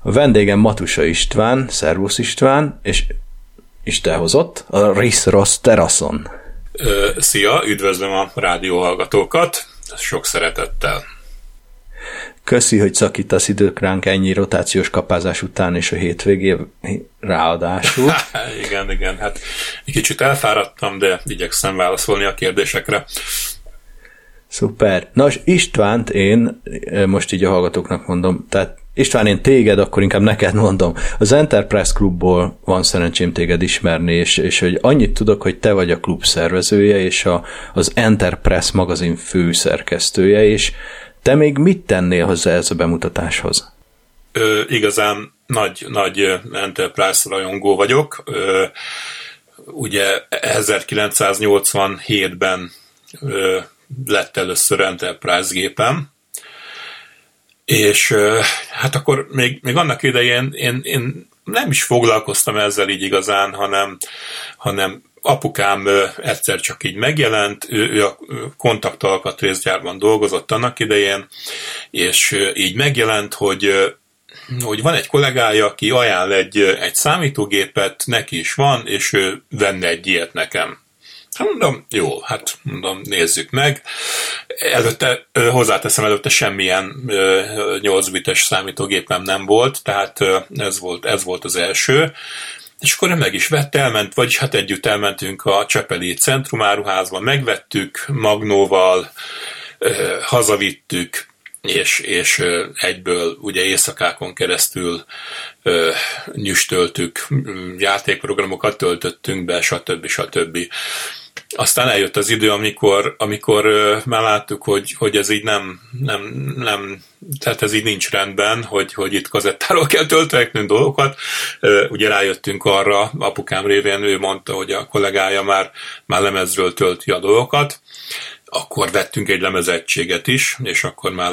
A vendégem Matusa István, szervusz István, és Isten hozott a Risz-Rossz teraszon. Szia, üdvözlöm a rádióhallgatókat, sok szeretettel. Köszi, hogy szakítasz idők ránk ennyi rotációs kapázás után és a hétvégén ráadásul. igen, hát egy kicsit elfáradtam, de igyekszem válaszolni a kérdésekre. Szuper. Na, és Istvánt én most így a hallgatóknak mondom, tehát István, én téged, akkor inkább neked mondom. Az Enterprise Klubból van szerencsém téged ismerni, és hogy annyit tudok, hogy te vagy a klub szervezője, és az Enterprise magazin főszerkesztője, és te még mit tennél hozzá ez a bemutatáshoz? Igazán nagy Enterprise rajongó vagyok. Ugye 1987-ben lett először Enterprise gépem, és hát akkor még annak idején én nem is foglalkoztam ezzel így igazán, hanem apukám egyszer csak így megjelent, ő a kontaktalkatrészgyárban dolgozott annak idején, és így megjelent, hogy van egy kollégája, aki ajánl egy számítógépet, neki is van, és ő venne egy ilyet nekem. Hát mondom, jó, nézzük meg. Előtte semmilyen 8 bites számítógépem nem volt, tehát ez volt az első. És akkor meg is elment, vagyis hát együtt elmentünk a Csepeli Centrumáruházba, megvettük Magnóval, hazavittük, és egyből ugye éjszakákon keresztül nyüstöltük, játékprogramokat töltöttünk be, stb. Aztán eljött az idő, amikor már láttuk, hogy ez így nem, tehát ez így nincs rendben, hogy itt kazettáról kell tölteni dolgokat. Ugye rájöttünk arra, apukám révén ő mondta, hogy a kollégája már lemezről tölti a dolgokat. Akkor vettünk egy lemezegységet is, és akkor már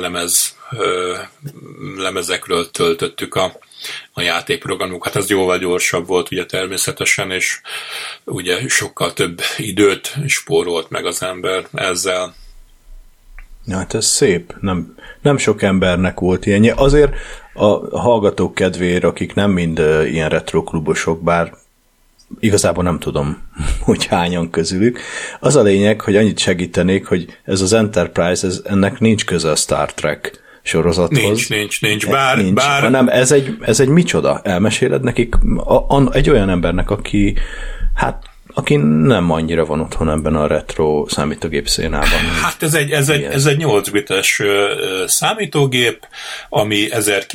lemezekről töltöttük a játékprogramokat. Ez jóval gyorsabb volt ugye természetesen, és ugye sokkal több időt spórolt meg az ember ezzel. Ja, hát ez szép. Nem sok embernek volt ilyenje. Azért a hallgatók kedvéért, akik nem mind ilyen retroklubosok, bár igazából nem tudom, hogy hányan közülük. Az a lényeg, hogy annyit segítenék, hogy ez az Enterprise, ennek nincs köze a Star Trek sorozathoz. Nincs. Bár... Hanem ez egy micsoda? Elmeséled nekik egy olyan embernek, aki nem annyira van otthon ebben a retro számítógép szénában. Hát ez egy 8 bites számítógép, ami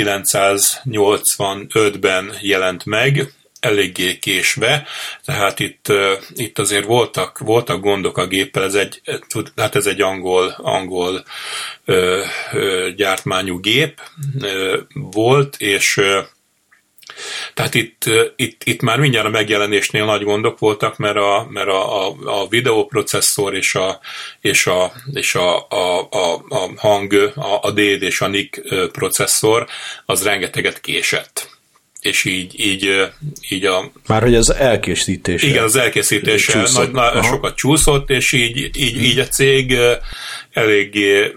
1985-ben jelent meg, eléggé késve, tehát itt azért voltak gondok a géppel, ez egy angol gyártmányú gép volt, és tehát itt már mindjárt a megjelenésnél nagy gondok voltak, mert a videóprocesszor és a hang, a DD és a NIC processzor az rengeteget késett. És így a... Már hogy az elkészítése. Igen, az elkészítése sokat csúszott, és így a cég eléggé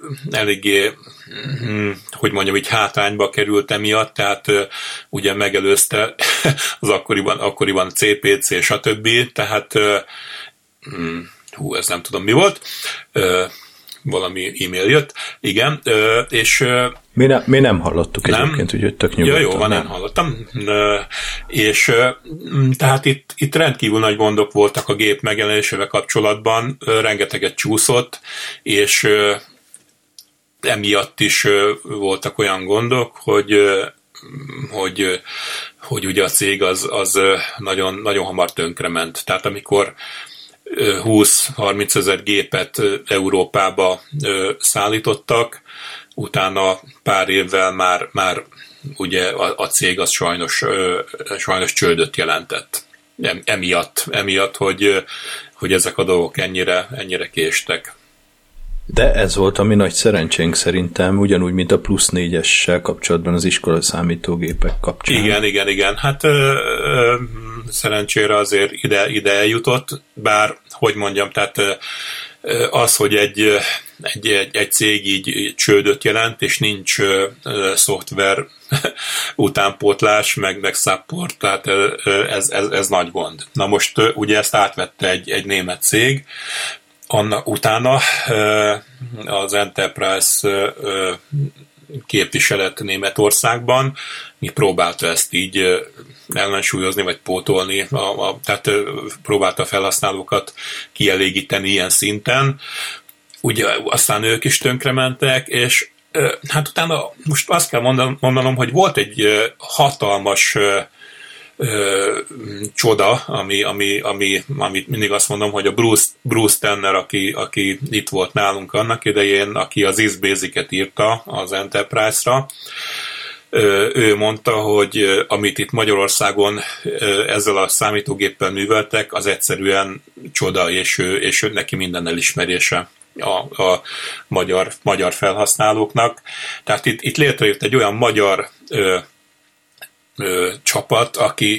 hogy mondjam, így hátrányba került emiatt, tehát ugye megelőzte az akkoriban CPC, stb. Tehát ez nem tudom mi volt, valami e-mail jött, igen, és... Mi nem hallottuk egyébként, úgyhogy tök nyugodtan. Ja, jó, nem hallottam. És tehát itt rendkívül nagy gondok voltak a gép megjelenésével kapcsolatban, rengeteget csúszott, és emiatt is voltak olyan gondok, hogy ugye a cég az nagyon, nagyon hamar tönkrement. Tehát amikor 20-30 ezer gépet Európába szállítottak, utána pár évvel már ugye a cég az sajnos csődöt jelentett. Emiatt, hogy ezek a dolgok ennyire késtek. De ez volt a mi nagy szerencsénk szerintem, ugyanúgy, mint a plusz 4-essel kapcsolatban az iskola számítógépek kapcsán. Igen. Hát szerencsére azért ide eljutott, bár, hogy mondjam, tehát az, hogy egy cég így csődöt jelent, és nincs szoftver utánpótlás, meg support, tehát ez nagy gond. Na most ugye ezt átvette egy német cég, utána az Enterprise képviselet Németországban, mi próbálta ezt így ellensúlyozni, vagy pótolni, tehát próbálta a felhasználókat kielégíteni ilyen szinten. Ugye aztán ők is tönkrementek, és hát utána most azt kell mondanom, hogy volt egy hatalmas csoda, amit mindig azt mondom, hogy a Bruce Tanner, aki itt volt nálunk annak idején, aki az ISBasic-et írta az Enterprise-ra, ő mondta, hogy amit itt Magyarországon ezzel a számítógéppel műveltek, az egyszerűen csoda, és neki minden elismerése a magyar felhasználóknak. Tehát itt létrejött egy olyan magyar csapat,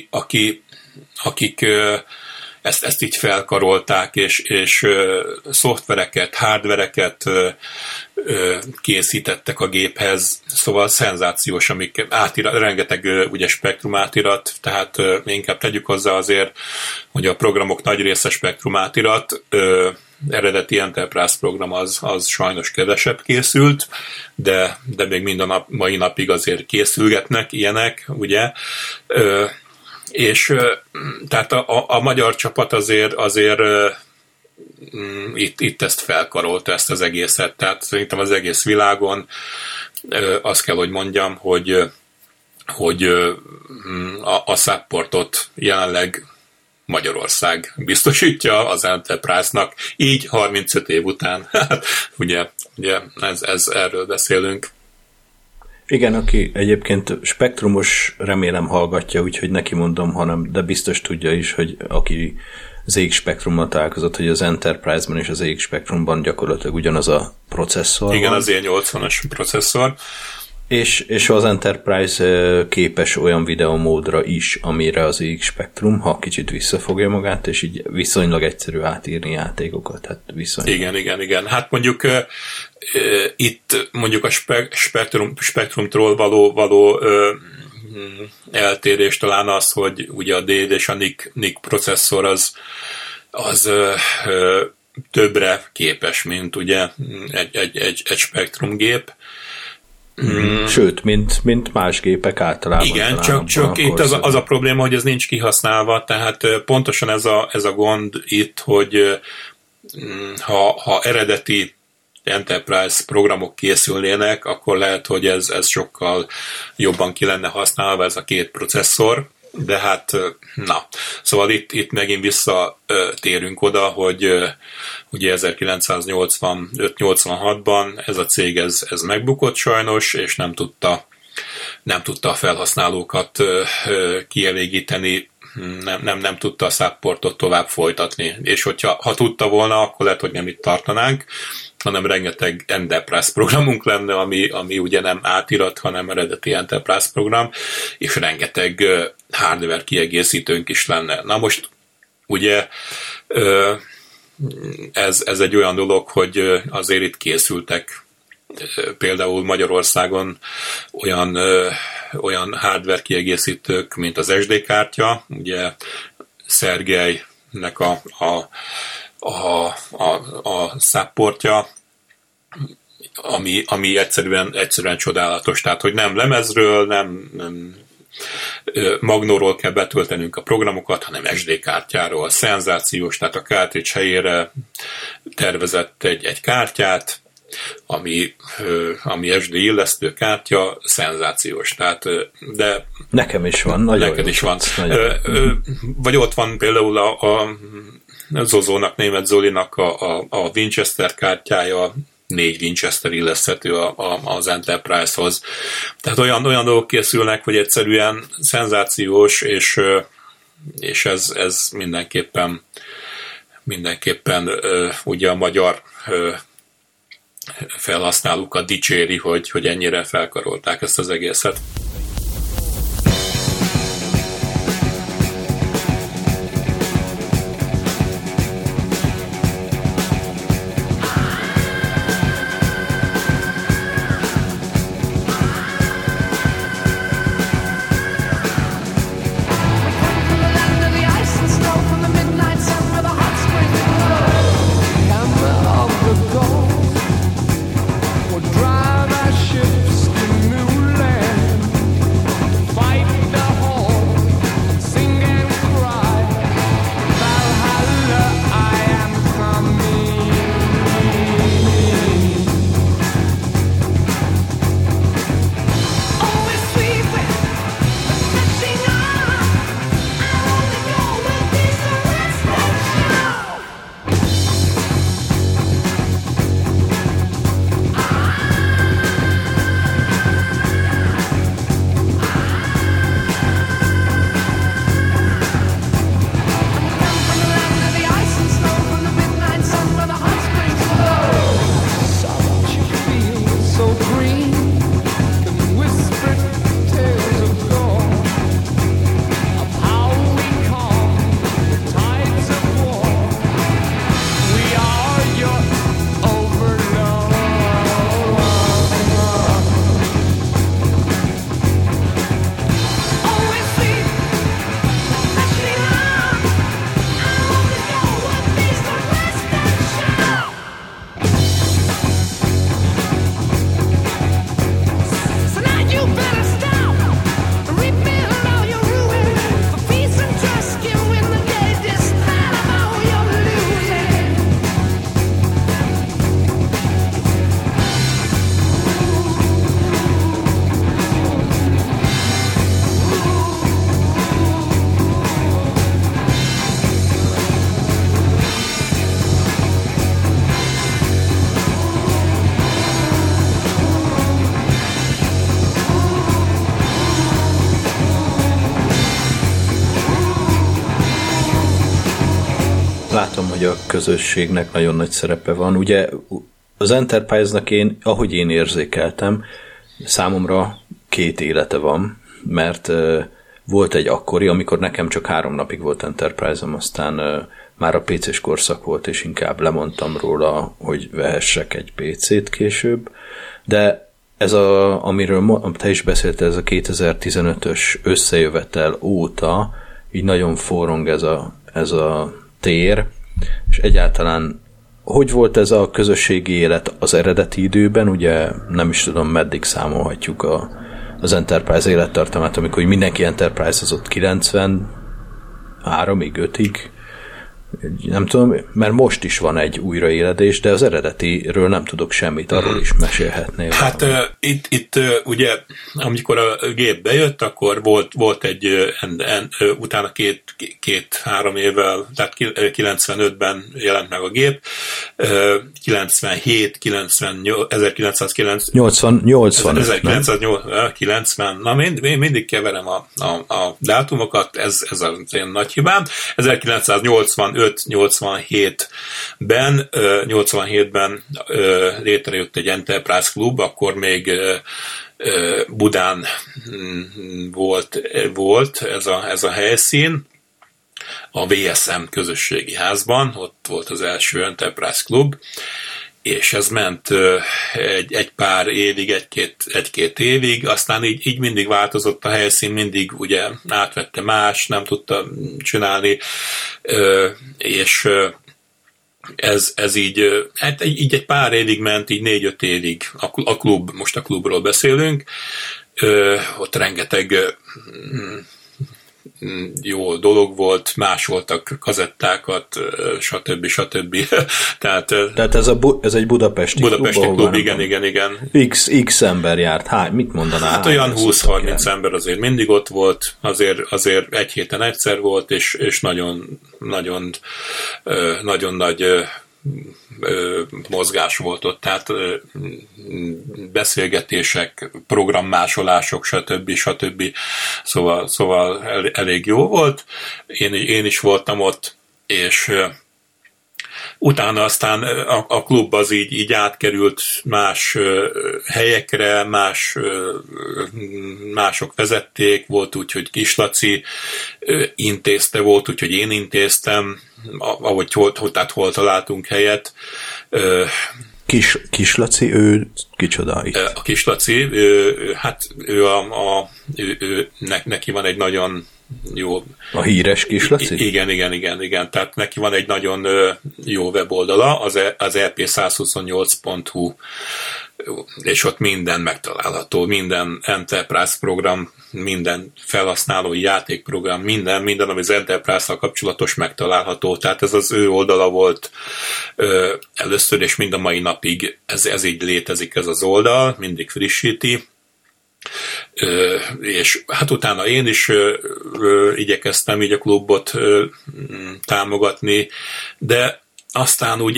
akik ezt így felkarolták, és szoftvereket, hardvereket készítettek a géphez, szóval szenzációs, amik rengeteg ugye spektrum átirat, tehát inkább tegyük hozzá azért, hogy a programok nagy része spektrum átirat, eredeti Enterprise program az sajnos kevesebb készült, de még mai napig azért készülgetnek ilyenek, ugye? És tehát a magyar csapat azért itt ezt felkarolta, ezt az egészet. Tehát szerintem az egész világon azt kell, hogy mondjam, hogy a supportot jelenleg Magyarország biztosítja az Enterprise-nak, így 35 év után. ugye erről beszélünk. Igen, aki egyébként spektrumos, remélem hallgatja, úgyhogy neki mondom, de biztos tudja is, hogy aki ZX Spectrummal találkozott, hogy az Enterprise-ban és az ZX Spectrumban gyakorlatilag ugyanaz a processzor. Igen, van. az E80-as processzor. És az Enterprise képes olyan videómódra is, amire az ZX Spectrum, ha kicsit visszafogja magát, és így viszonylag egyszerű átírni játékokat. Hát viszonylag. Igen. Hát mondjuk itt mondjuk a Spectrumtól való eltérés talán az, hogy ugye a DD és a NIC processzor az többre képes, mint ugye egy Spectrum gép. Sőt, mint más gépek általában. Igen, csak itt az a probléma, hogy ez nincs kihasználva, tehát pontosan ez a gond itt, hogy ha eredeti Enterprise programok készülnének, akkor lehet, hogy ez sokkal jobban ki lenne használva ez a két processzor, de hát na. Szóval itt megint visszatérünk oda, hogy ugye 1985-86-ban ez a cég ez megbukott sajnos, és nem tudta a felhasználókat kielégíteni, nem tudta a supportot tovább folytatni. És ha tudta volna, akkor lehet, hogy nem itt tartanánk, hanem rengeteg Enterprise programunk lenne, ami ugye nem átirat, hanem eredeti Enterprise program, és rengeteg hardware kiegészítőnk is lenne. Na most ugye ez egy olyan dolog, hogy azért itt készültek például Magyarországon olyan hardware kiegészítők, mint az SD kártya, ugye Szergelynek a supportja, ami egyszerűen csodálatos. Tehát, hogy nem lemezről, nem Magnóról kell betöltenünk a programokat, hanem SD kártyáról. Szenzációs, tehát a cartridge helyére tervezett egy kártyát, ami SD illesztő kártya, szenzációs. Tehát, de nekem is van, nagyon neked is van. Vagy ott van például a Zozónak, Németh Zolinak a Winchester kártyája, 4 Winchester illeszthető az Enterprise-hoz. Tehát olyan dolgok készülnek, hogy egyszerűen szenzációs, és ez mindenképpen ugye a magyar felhasználókat dicséri, hogy ennyire felkarolták ezt az egészet. hogy a közösségnek nagyon nagy szerepe van. Ugye az Enterprise-nak ahogy én érzékeltem, számomra 2 élete van, mert volt egy akkori, amikor nekem csak 3 napig volt Enterprise-om, aztán már a PC-s korszak volt, és inkább lemondtam róla, hogy vehessek egy PC-t később, de ez amiről te is beszéltél, ez a 2015-ös összejövetel óta így nagyon forrong ez a tér, és egyáltalán hogy volt ez a közösségi élet az eredeti időben, ugye nem is tudom, meddig számolhatjuk az Enterprise élettartamát, amikor mindenki Enterprise-ozott 93-ig, 5-ig, nem tudom, mert most is van egy újraéledés, de az eredetiről nem tudok semmit, arról is mesélhetnél. Hát itt ugye, amikor a gép bejött, akkor volt egy, utána 2-3 évvel, tehát 95-ben jelent meg a gép, 1990, na én mindig keverem a dátumokat, ez az én nagy hibám. 87-ben létrejött egy Enterprise klub, akkor még Budán volt ez a helyszín, a VSM közösségi házban, ott volt az első Enterprise klub, és ez ment egy pár évig, egy-két évig, aztán így mindig változott a helyszín, mindig ugye átvette más, nem tudta csinálni, és ez így, hát így egy pár évig ment, így 4-5 évig a klub, most a klubról beszélünk, ott rengeteg jó dolog volt, másoltak kazettákat, stb. Tehát ez egy budapesti klub, igen. X ember járt. Mit mondanál? Hát olyan 20-30 ember azért mindig ott volt, azért egy héten egyszer volt, és nagyon nagy mozgás volt ott, tehát beszélgetések, programmásolások, stb. Szóval elég jó volt. Én is voltam ott, és utána aztán a klub az így átkerült más helyekre, mások vezették, volt úgy, hogy Kis Laci intézte, volt úgy, hogy én intéztem, tehát hol találtunk helyet. Kis Laci, ő kicsoda itt? A Kis Laci, neki van egy nagyon jó... A híres Kis Laci? Igen. Tehát neki van egy nagyon jó weboldala, az ep128.hu, és ott minden megtalálható, minden Enterprise program, minden felhasználói játékprogram, minden, ami az Enterprise-szal kapcsolatos megtalálható. Tehát ez az ő oldala volt először, és mind a mai napig ez így létezik, ez az oldal, mindig frissíti. És hát utána én is igyekeztem így a klubot támogatni, de aztán úgy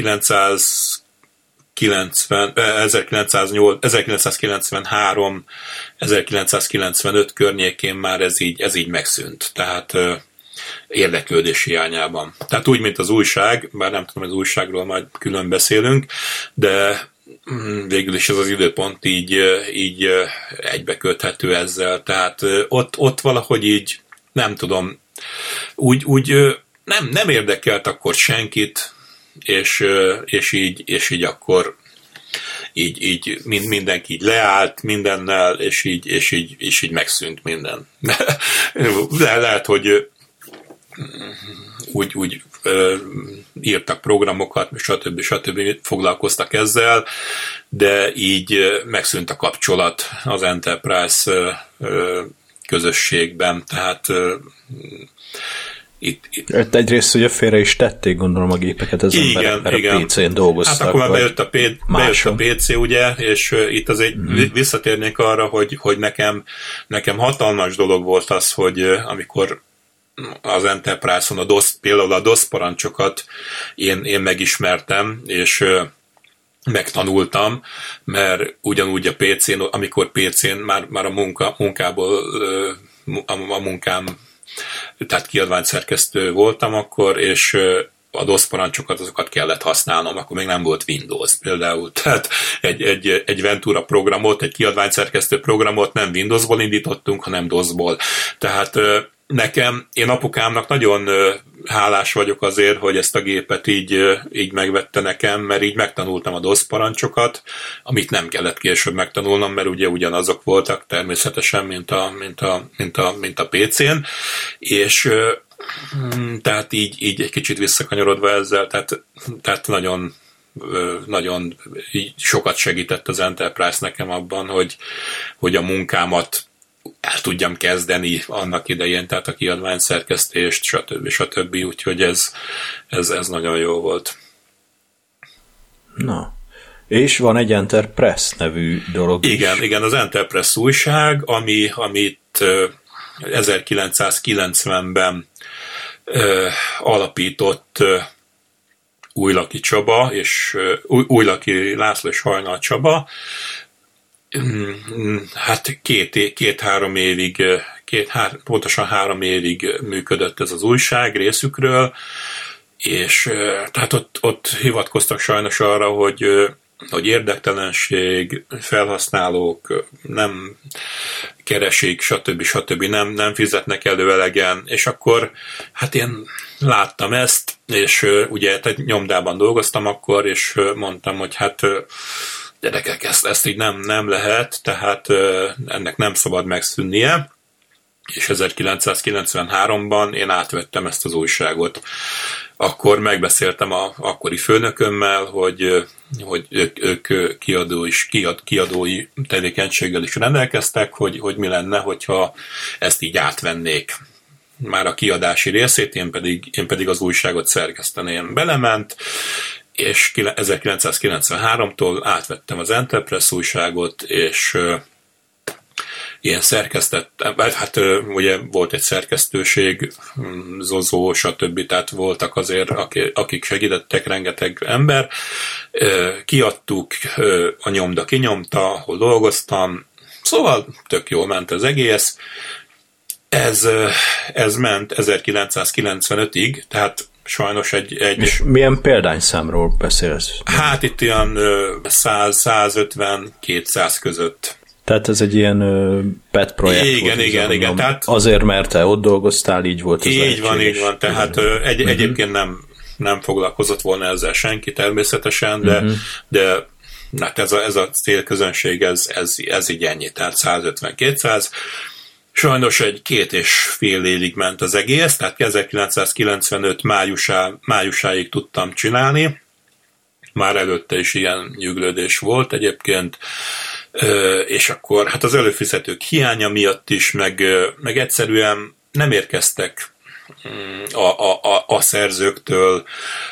1993-1995 környékén már ez így megszűnt. Tehát érdeklődés hiányában. Tehát úgy, mint az újság, bár nem tudom, az újságról majd külön beszélünk, de végül is ez az időpont így egybeköthető ezzel. Tehát ott valahogy így, nem tudom, úgy nem érdekelt akkor senkit, és így akkor így mindenki így leállt mindennel, és így megszűnt minden. De lehet, hogy úgy írtak programokat, stb. Foglalkoztak ezzel, de így megszűnt a kapcsolat az Enterprise közösségben, tehát itt. Egyrészt ugye félre is tették, gondolom, a gépeket az emberek, mert a PC-n dolgoztak. Hát akkor már bejött a PC, ugye, és itt azért visszatérnék arra, hogy nekem hatalmas dolog volt az, hogy amikor az Enterprise-on például a DOS parancsokat én megismertem, és megtanultam, mert ugyanúgy a PC-n, amikor PC-n már a munkából a munkám, tehát kiadványszerkesztő voltam akkor, és a DOS parancsokat, azokat kellett használnom, akkor még nem volt Windows például. Tehát egy Ventura programot, egy kiadványszerkesztő programot nem Windowsból indítottunk, hanem DOS-ból. Tehát én apukámnak nagyon hálás vagyok azért, hogy ezt a gépet így megvette nekem, mert így megtanultam a DOS parancsokat, amit nem kellett később megtanulnom, mert ugye ugyanazok voltak természetesen, mint a PC-n, és tehát így egy kicsit visszakanyarodva ezzel, tehát nagyon nagyon sokat segített az Enterprise nekem abban, hogy a munkámat el tudjam kezdeni annak idején, tehát a kiadványszerkesztést, stb. Úgyhogy ez nagyon jó volt. Na, és van egy Enterprise nevű dolog Igen, az Enterprise újság, amit 1990-ben alapított Újlaki Csaba, és Újlaki László és Hajnal Csaba. Hát két-három évig, pontosan 3 évig működött ez az újság részükről, és tehát ott hivatkoztak sajnos arra, hogy érdektelenség, felhasználók nem keresik, stb. Nem fizetnek elő elegen, és akkor hát én láttam ezt, és ugye nyomdában dolgoztam akkor, és mondtam, hogy hát gyerekek, ezt így nem lehet, tehát ennek nem szabad megszűnnie, és 1993-ban én átvettem ezt az újságot. Akkor megbeszéltem az akkori főnökömmel, hogy ők kiadói tevékenységgel is rendelkeztek, hogy mi lenne, hogyha ezt így átvennék. Már a kiadási részét, én pedig az újságot szerkeszteném. Belement, és 1993-tól átvettem az Enterprise újságot, és ilyen szerkesztettem, hát ugye volt egy szerkesztőség, Zozó, stb. Tehát voltak azért, akik segítettek, rengeteg ember. Kiadtuk, a nyomda kinyomta, ahol dolgoztam, szóval tök jól ment az egész. Ez ment 1995-ig, tehát sajnos egy... És milyen példányszámról beszélsz? Hát itt ilyen 100-150-200 között. Tehát ez egy ilyen pet projekt. Igen. Tehát azért, mert te ott dolgoztál, így volt az így van. Tehát egyébként nem foglalkozott volna ezzel senki természetesen, de hát ez a célközönség, ez így ennyi, tehát 150-200. Sajnos egy 2,5 évig ment az egész, tehát 1995 májusáig tudtam csinálni. Már előtte is ilyen nyüglődés volt egyébként, és akkor hát az előfizetők hiánya miatt is, meg egyszerűen nem érkeztek a szerzőktől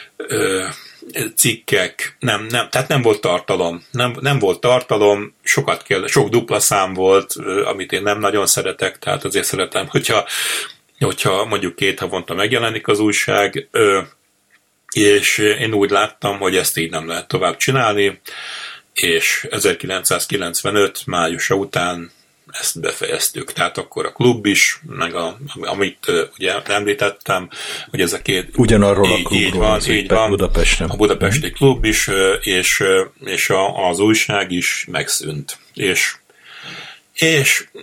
cikkek, tehát nem volt tartalom. Nem volt tartalom, sok dupla szám volt, amit én nem nagyon szeretek, tehát azért szeretem, hogyha mondjuk 2 havonta megjelenik az újság, és én úgy láttam, hogy ezt így nem lehet tovább csinálni, és 1995 májusa után ezt befejeztük. Tehát akkor a klub is, meg amit ugye említettem, hogy ez a két... Ugyanarról a klubról, így van, Budapesten. A budapesti klub is, és az újság is megszűnt. És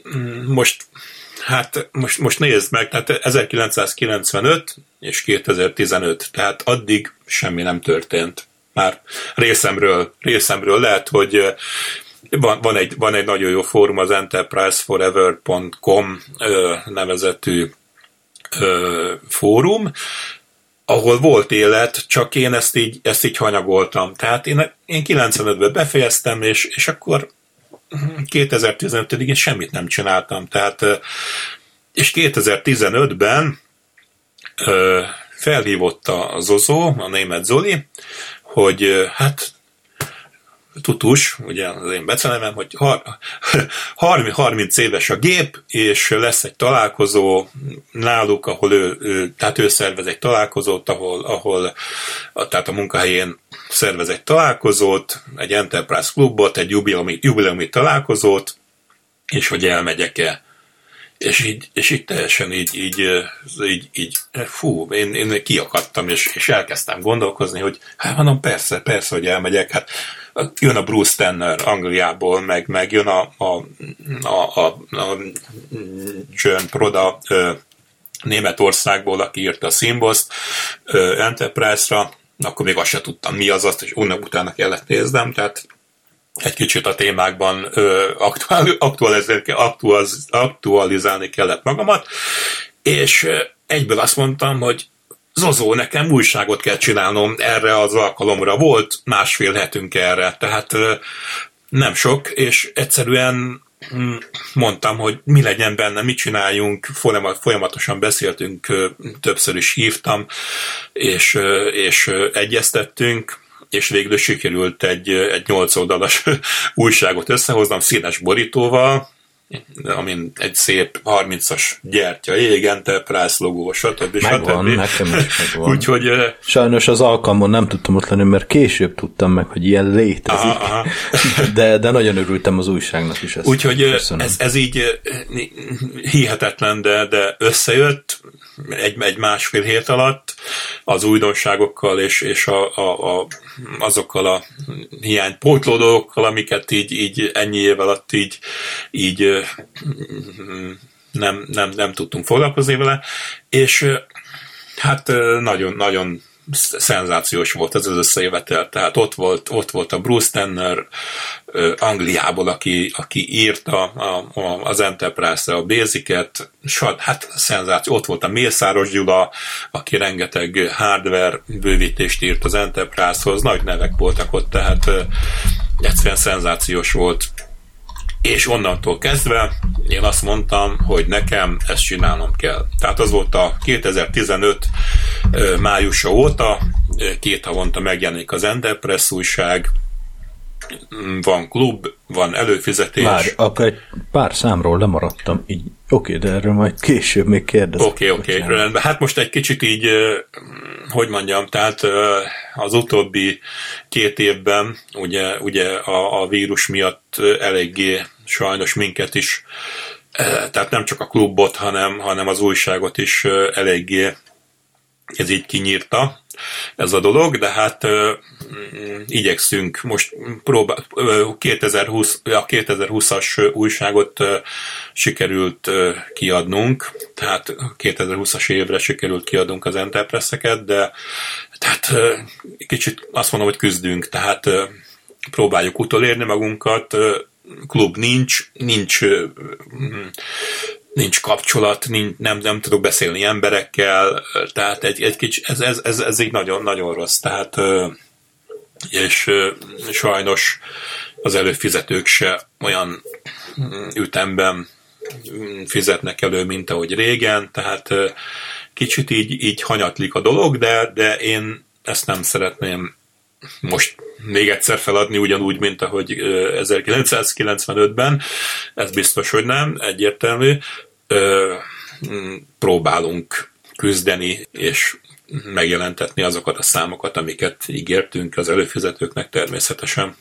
most nézd meg, tehát 1995 és 2015, tehát addig semmi nem történt. Már részemről lehet, hogy van egy nagyon jó fórum, az enterpriseforever.com nevezetű fórum, ahol volt élet, csak én ezt így hanyagoltam. Tehát én 95-ben befejeztem, és akkor 2015-ig én semmit nem csináltam. Tehát, és 2015-ben felhívott a Zozó, a német Zoli, hogy hát tutus, ugye az én becenevem, hogy 30 éves a gép, és lesz egy találkozó náluk, ahol ő szervez egy találkozót, ahol tehát a munkahelyén szervez egy találkozót, egy Enterprise klubot, egy jubileumi találkozót, és hogy elmegyek-e. És így teljesen így fú, én kiakadtam, és elkezdtem gondolkozni, hogy hát mondom, persze, hogy elmegyek, hát jön a Bruce Tanner Angliából, meg jön a John Proda Németországból, aki írta a Symbost Enterprise-ra, akkor még azt se tudtam, mi az, azt, és utána kellett néznem, tehát egy kicsit a témákban aktualizálni kellett magamat, és egyből azt mondtam, hogy Zozó, nekem újságot kell csinálnom erre az alkalomra. Volt másfél hetünk erre, tehát nem sok, és egyszerűen mondtam, hogy mi legyen benne, mit csináljunk, folyamatosan beszéltünk, többször is hívtam, és egyeztettünk, és végül sikerült egy 8 oldalas újságot összehoznom színes borítóval, amin egy szép 30-as gyertya ég, Enterprise logó, stb. Megvan, nekem is megvan. Úgyhogy, sajnos az alkalmon nem tudtam ott lenni, mert később tudtam meg, hogy ilyen létezik. Aha. De nagyon örültem az újságnak is. Úgyhogy ez így hihetetlen, de összejött egy másfél hét alatt az újdonságokkal és azokkal a hiánypótló dolgokkal, amiket így ennyi év alatt így nem tudtunk foglalkozni vele, és hát nagyon szenzációs volt ez az összejövetel, tehát ott volt a Bruce Tanner Angliából, aki írta az Enterprise-ra a Basic-et, hát szenzáció, ott volt a Mészáros Gyula, aki rengeteg hardware bővítést írt az Enterprise-hoz, nagy nevek voltak ott, tehát egyszerűen szenzációs volt. És onnantól kezdve én azt mondtam, hogy nekem ezt csinálnom kell. Tehát az volt a 2015 májusa óta, 2 havonta megjelenik az Enterprise újság, van klub, van előfizetés. Várj, akkor egy pár számról lemaradtam, így oké, de erről majd később még kérdezek. Oké, rendben. Hát most egy kicsit így, hogy mondjam, tehát az utóbbi 2 évben ugye a vírus miatt eléggé sajnos minket is, tehát nem csak a klubot, hanem az újságot is eléggé ez így kinyírta ez a dolog, de hát igyekszünk most a 2020-as újságot sikerült kiadnunk, tehát 2020-as évre sikerült kiadnunk az Enterprise-eket, de tehát kicsit azt mondom, hogy küzdünk, tehát próbáljuk utolérni magunkat, klub nincs kapcsolat, nem tudok beszélni emberekkel, tehát egy kicsit, ez így nagyon-nagyon rossz, tehát és sajnos az előfizetők se olyan ütemben fizetnek elő, mint ahogy régen, tehát kicsit így hanyatlik a dolog, de én ezt nem szeretném most még egyszer feladni, ugyanúgy, mint ahogy 1995-ben, ez biztos, hogy nem, egyértelmű. Próbálunk küzdeni, és megjelentetni azokat a számokat, amiket ígértünk az előfizetőknek természetesen.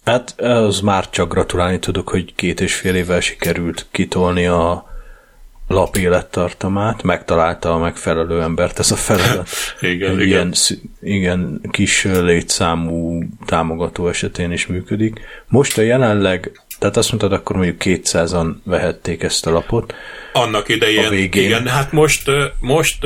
Hát az már csak gratulálni tudok, hogy 2,5 évvel sikerült kitolni a lap élettartamát, megtalálta a megfelelő embert ez a feladat. Igen, kis létszámú támogató esetén is működik. Most a jelenleg, tehát azt mondtad, akkor mondjuk 200-an vehették ezt a lapot. Annak idején, igen, hát most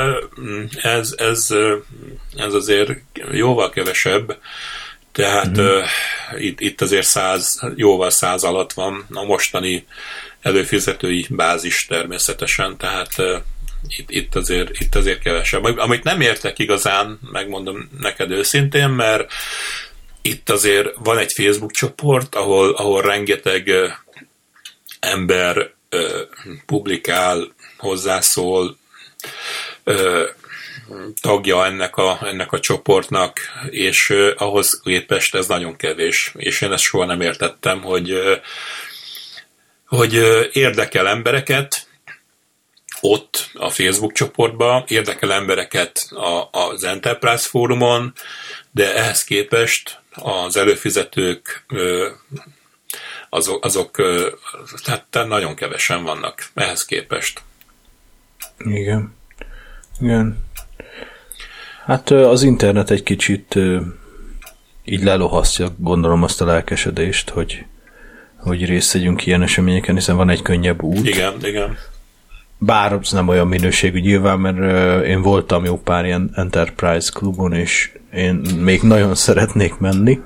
ez azért jóval kevesebb, tehát itt azért jóval 100 alatt van a mostani előfizetői bázis természetesen, tehát itt azért kevesebb. Amit nem értek igazán, megmondom neked őszintén, mert itt azért van egy Facebook csoport, ahol rengeteg ember publikál, hozzászól, tagja ennek a csoportnak, és ahhoz képest ez nagyon kevés. És én ezt soha nem értettem, hogy érdekel embereket ott a Facebook csoportban, érdekel embereket az Enterprise fórumon, de ehhez képest az előfizetők azok tehát nagyon kevesen vannak ehhez képest. Igen. Hát az internet egy kicsit így lelohasztja, gondolom, azt a lelkesedést, hogy részt vegyünk ilyen eseményeken, hiszen van egy könnyebb út. Igen. Bár ez nem olyan minőségű nyilván, mert én voltam jó pár ilyen Enterprise klubon, és én még nagyon szeretnék menni.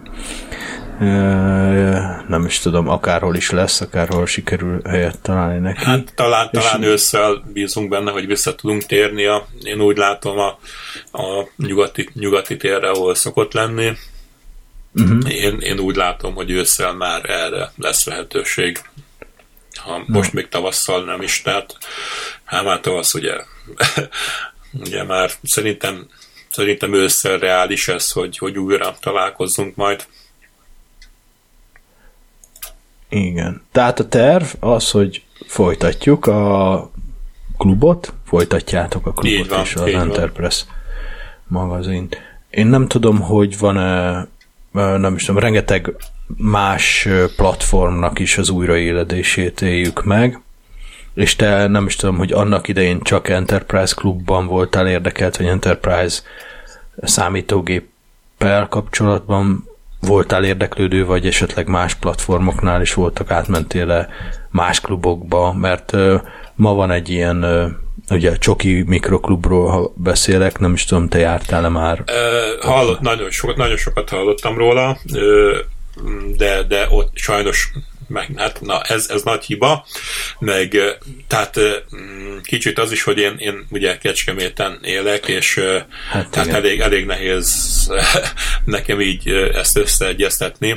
Nem is tudom, akárhol is lesz, akárhol sikerül helyet találni neki. Hát talán ősszel bízunk benne, hogy vissza tudunk térni. Én úgy látom a nyugati térre, ahol szokott lenni. Én úgy látom, hogy ősszel már erre lesz lehetőség. Most még tavasszal nem is, tehát már tavasz ugye már szerintem ősszel reális ez, hogy újra találkozzunk majd. Igen. Tehát a terv az, hogy folytatjuk a klubot, folytatjátok a klubot van, és az Enterprise magazint. Én nem tudom, hogy van-e, nem is tudom, rengeteg más platformnak is az újraéledését éljük meg, és te nem is tudom, hogy annak idején csak Enterprise klubban voltál érdekelt, vagy Enterprise számítógéppel kapcsolatban voltál érdeklődő, vagy esetleg más platformoknál is voltak, átmentél-e más klubokba, mert ma van egy ilyen, ugye Csoki mikroklubról, ha beszélek, nem is tudom, te jártál-e már? Nagyon sokat hallottam róla, de ott sajnos ez nagy hiba, meg tehát kicsit az is, hogy én ugye Kecskeméten élek, és tehát elég nehéz nekem így ezt összeegyeztetni.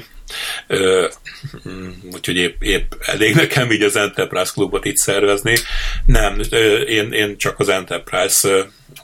Úgyhogy épp elég nekem így az Enterprise klubot itt szervezni. Nem, én csak az Enterprise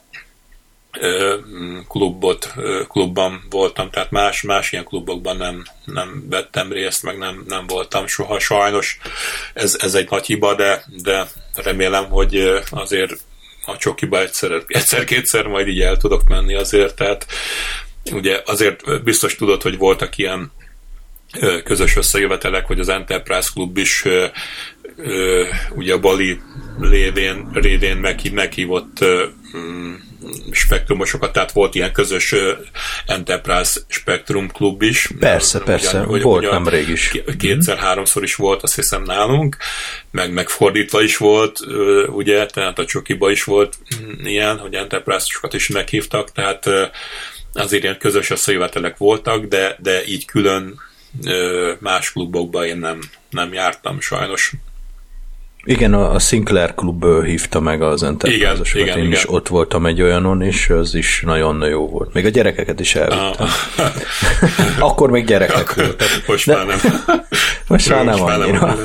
klubban voltam, tehát más ilyen klubokban nem vettem részt, meg nem voltam soha. Sajnos ez egy nagy hiba, de remélem, hogy azért a Csokiba egyszer-kétszer majd így el tudok menni azért, tehát ugye azért biztos tudod, hogy voltak ilyen közös összejövetelek, hogy az Enterprise klub is ugye a Bali révén meghívott spektrumosokat, tehát volt ilyen közös Enterprise Spektrum klub is. Persze, volt nemrég is. Kétszer-háromszor is volt, azt hiszem nálunk, meg fordítva is volt, ugye, tehát a Csokiba is volt ilyen, hogy Enterprise-sokat is meghívtak, tehát azért ilyen közös összejövetelek voltak, de így külön más klubokban én nem jártam sajnos. Igen, a Sinclair klub hívta meg az Enterprise-osokat. Én is ott voltam egy olyanon, és az is nagyon jó volt. Még a gyerekeket is elvittem. Akkor még gyerekek voltak. Most már nem. Most már nem annyira.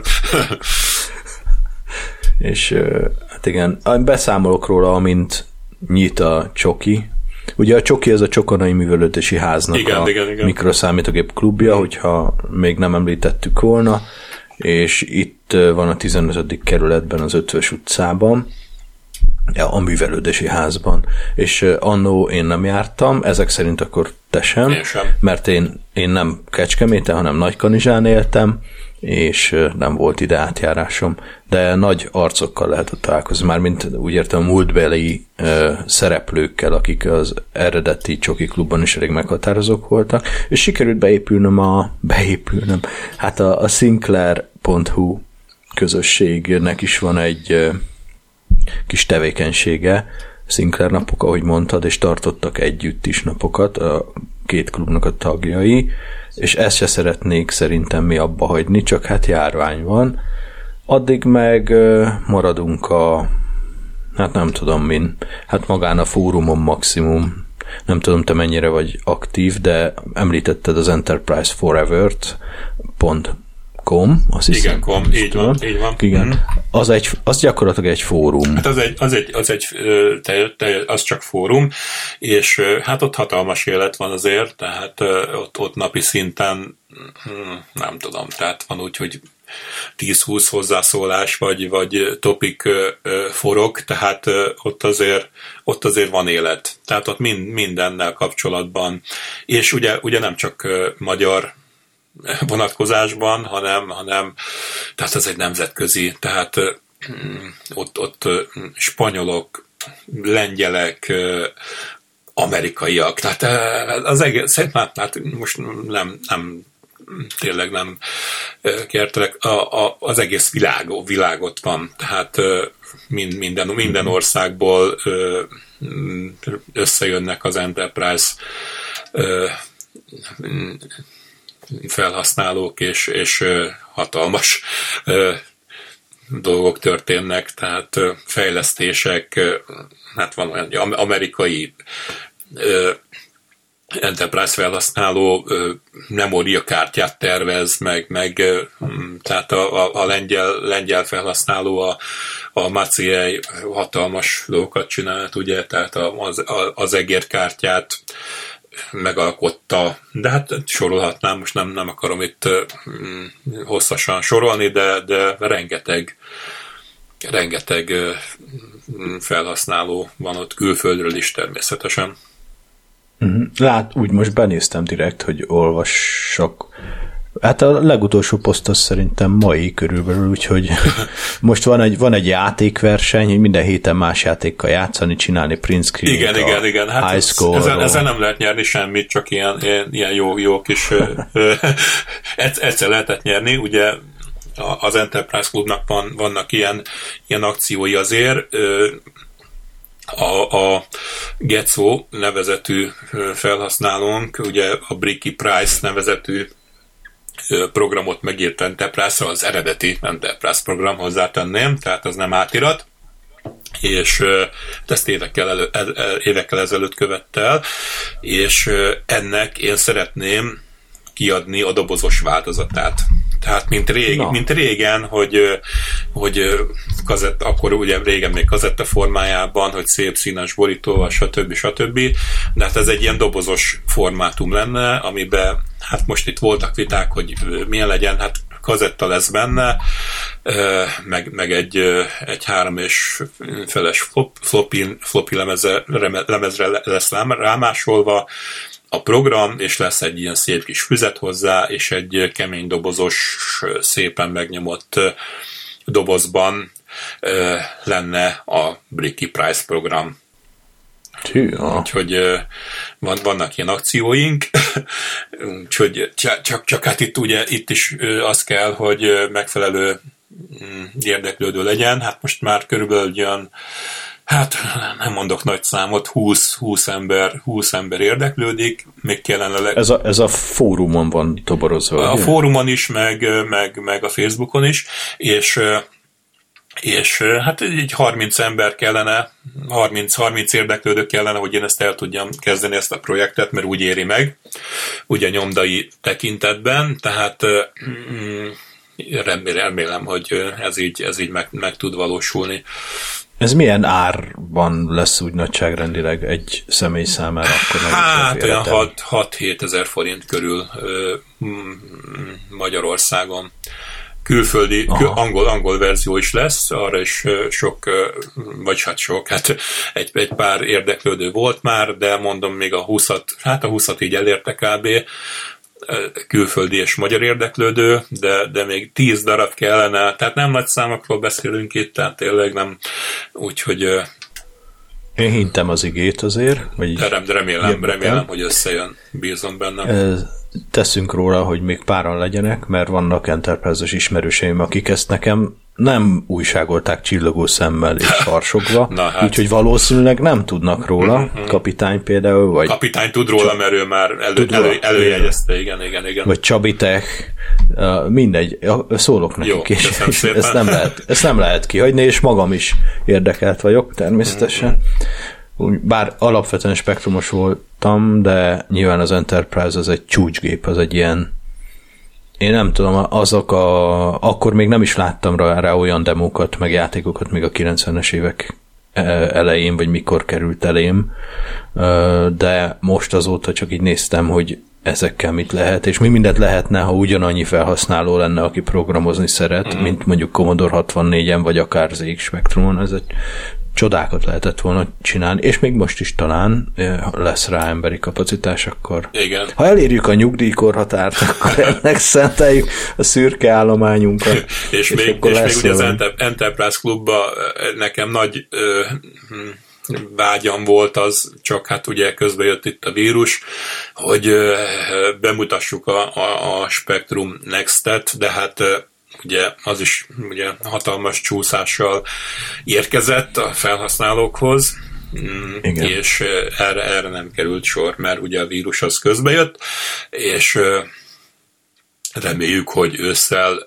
És hát igen, beszámolok róla, amint nyit a Csoki. Ugye a Csoki az a Csokonai Művelődési Háznak igen. Mikroszámítógép klubja, hogyha még nem említettük volna, és itt van a 15. kerületben, az Ötvös utcában, a művelődési házban, és annó én nem jártam, ezek szerint akkor mert én nem Kecskeméten, hanem Nagykanizsán éltem, és nem volt ide átjárásom, de nagy arcokkal lehetett találkozni, mármint úgy értem múltbeli szereplőkkel, akik az eredeti Csoki Klubban is elég meghatározók voltak, és sikerült beépülnöm a Sinclair.hu közösségnek is van egy kis tevékenysége, Sinclair napok, ahogy mondtad, és tartottak együtt is napokat a két klubnak a tagjai, és ezt se szeretnék szerintem mi abba hagyni, csak hát járvány van. Addig meg maradunk hát nem tudom min, hát magán a fórumon maximum. Nem tudom, te mennyire vagy aktív, de említetted az Enterprise Forever.com, azt hiszem. Igen, így van. Igen. Mm-hmm. Az gyakorlatilag egy fórum. Hát az csak fórum, és hát ott hatalmas élet van azért, tehát ott napi szinten nem tudom, tehát van úgy, hogy 10-20 hozzászólás, vagy topik forog, tehát ott azért van élet. Tehát ott mindennel kapcsolatban. És ugye nem csak magyar vonatkozásban, hanem tehát ez egy nemzetközi, tehát ott spanyolok, lengyelek, amerikaiak, tehát az egész, hát most nem tényleg nem kértelek, az egész világot van, tehát minden országból összejönnek az Enterprise felhasználók, és hatalmas dolgok történnek, tehát fejlesztések, hát van olyan amerikai Enterprise felhasználó memóriakártyát tervez, meg tehát a lengyel felhasználó a Maciej hatalmas dolgokat csinált, ugye, tehát az egérkártyát megalkotta, de hát sorolhatnám, most nem akarom itt hosszasan sorolni, de rengeteg felhasználó van ott külföldről is természetesen. Úgy most benéztem direkt, hogy olvassak. Hát a legutolsó poszt az szerintem mai körülbelül, úgyhogy most van egy játékverseny, hogy minden héten más játékkal játszani, csinálni print screen-t. Igen. Hát ezzel nem lehet nyerni semmit, csak ilyen jó kis egyszer lehetett nyerni, ugye az Enterprise Clubnak vannak ilyen akciói azért. A Getso nevezetű felhasználónk, ugye a Bricky Price nevezetű programot megírt Enterprise-ra, az eredeti Enterprise program, hozzátenném, tehát az nem átirat, és ezt évekkel ezelőtt követte el, és ennek én szeretném kiadni a dobozos változatát. Tehát mint régen, hogy akkor ugye régen még kazetta formájában, hogy szép színes borítóval, stb. De hát ez egy ilyen dobozos formátum lenne, amiben hát most itt voltak viták, hogy milyen legyen, hát kazetta lesz benne, meg egy 3,5 floppy lemezre lesz rámásolva a program, és lesz egy ilyen szép kis füzet hozzá, és egy kemény dobozos, szépen megnyomott dobozban lenne a Bricky Price program. Úgyhogy vannak ilyen akcióink, úgyhogy csak hát itt is az kell, hogy megfelelő érdeklődő legyen. Hát most már körülbelül olyan, hát nem mondok nagy számot, 20 ember érdeklődik, még kellene... Ez a fórumon van toborozva. A fórumon is, meg a Facebookon is, és hát egy 30 ember kellene, 30 érdeklődő kellene, hogy én ezt el tudjam kezdeni, ezt a projektet, mert úgy éri meg, ugye nyomdai tekintetben, tehát remélem, hogy ez így meg tud valósulni. Ez milyen árban lesz úgy nagyságrendileg egy személy számára? Akkor hát olyan 6-7 ezer forint körül Magyarországon. külföldi, angol verzió is lesz, arra is egy pár érdeklődő volt már, de mondom még a 20-at így elérte kb. Külföldi és magyar érdeklődő, de még 10 darab kellene, tehát nem nagy számokról beszélünk itt, tehát tényleg nem, úgyhogy én hintem az igét azért. De remélem, hogy összejön, bízom benne. Teszünk róla, hogy még páran legyenek, mert vannak Enterprise-os ismerőseim, akik ezt nekem nem újságolták csillogó szemmel és harsogva, hát. Úgyhogy valószínűleg nem tudnak róla, kapitány például, vagy... Kapitány tud róla, mert ő már előjegyezte, igen. Vagy Csabitek, mindegy, szólok nekik, jó, és ezt nem lehet kihagyni, és magam is érdekelt vagyok, természetesen. Bár alapvetően spektrumos voltam, de nyilván az Enterprise az egy csúcsgép, az egy ilyen, én nem tudom, akkor még nem is láttam rá olyan demókat, meg játékokat még a 90-es évek elején, vagy mikor került elém, de most azóta csak így néztem, hogy ezekkel mit lehet, és mi mindent lehetne, ha ugyanannyi felhasználó lenne, aki programozni szeret, mint mondjuk Commodore 64-en, vagy akár ZX Spectrumon, ez egy csodákat lehetett volna csinálni, és még most is talán lesz rá emberi kapacitás, akkor igen. Ha elérjük a nyugdíjkorhatárt, akkor ennek szenteljük a szürke állományunkat. és még ugye az Enterprise Klubban nekem nagy vágyam volt az, csak hát ugye közben jött itt a vírus, hogy bemutassuk a Spectrum Next-et, de hát ugye az is ugye hatalmas csúszással érkezett a felhasználókhoz, igen. És erre nem került sor, mert ugye a vírus az közbe jött, és reméljük, hogy ősszel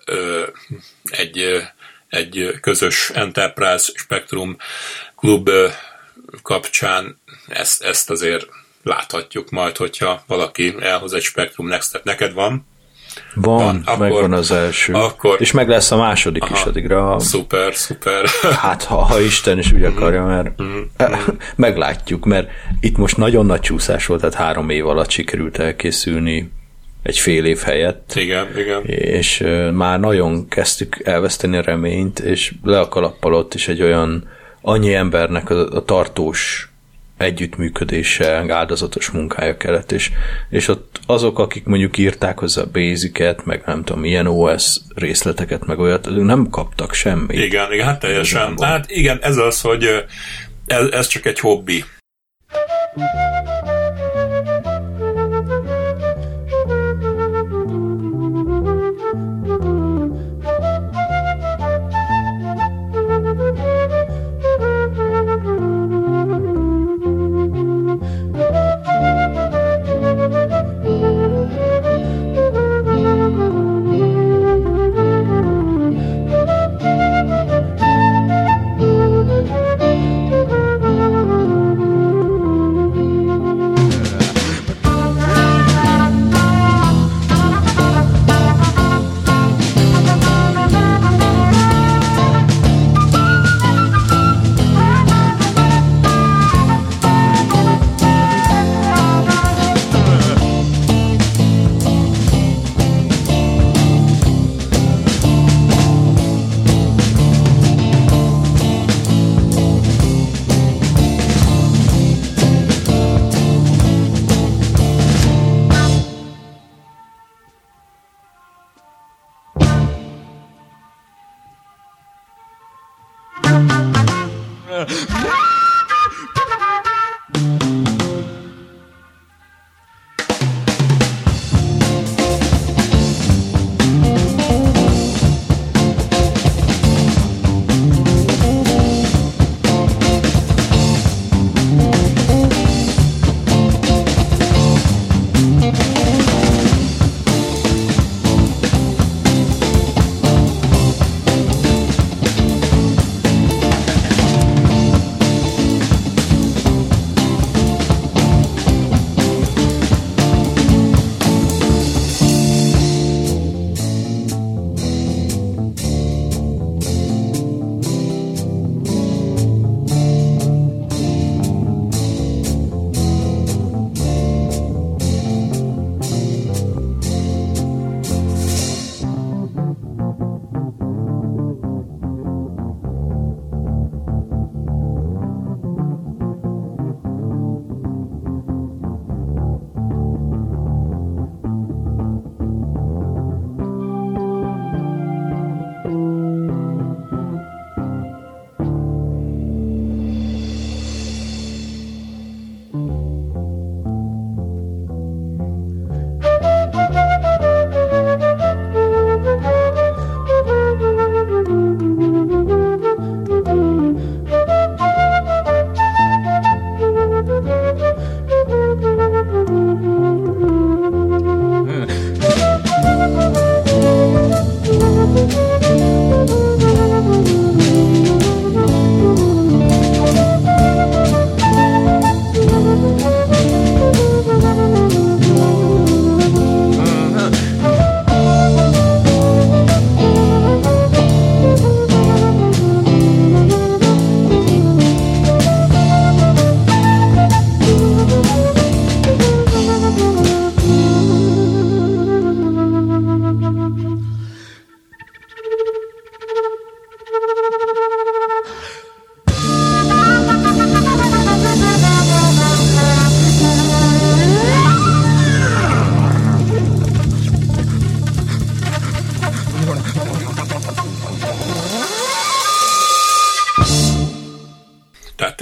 egy közös Enterprise Spectrum Klub kapcsán ezt azért láthatjuk majd, hogyha valaki elhoz egy Spectrum Next-et. Neked van? Van, megvan az első. És meg lesz a második is addigra. Szuper. Hát, ha Isten is úgy akarja, mert meglátjuk, mert itt most nagyon nagy csúszás volt, tehát 3 év alatt sikerült elkészülni egy fél év helyett. Igen. És már nagyon kezdtük elveszteni a reményt, és le a kalappal ott is egy olyan annyi embernek a tartós együttműködése, áldozatos munkája kellett, és ott azok, akik mondjuk írták hozzá a Basic-et, meg nem tudom, ilyen OS részleteket, meg olyat, nem kaptak semmit. Igen, hát teljesen. Hát igen, ez az, hogy ez csak egy hobbi.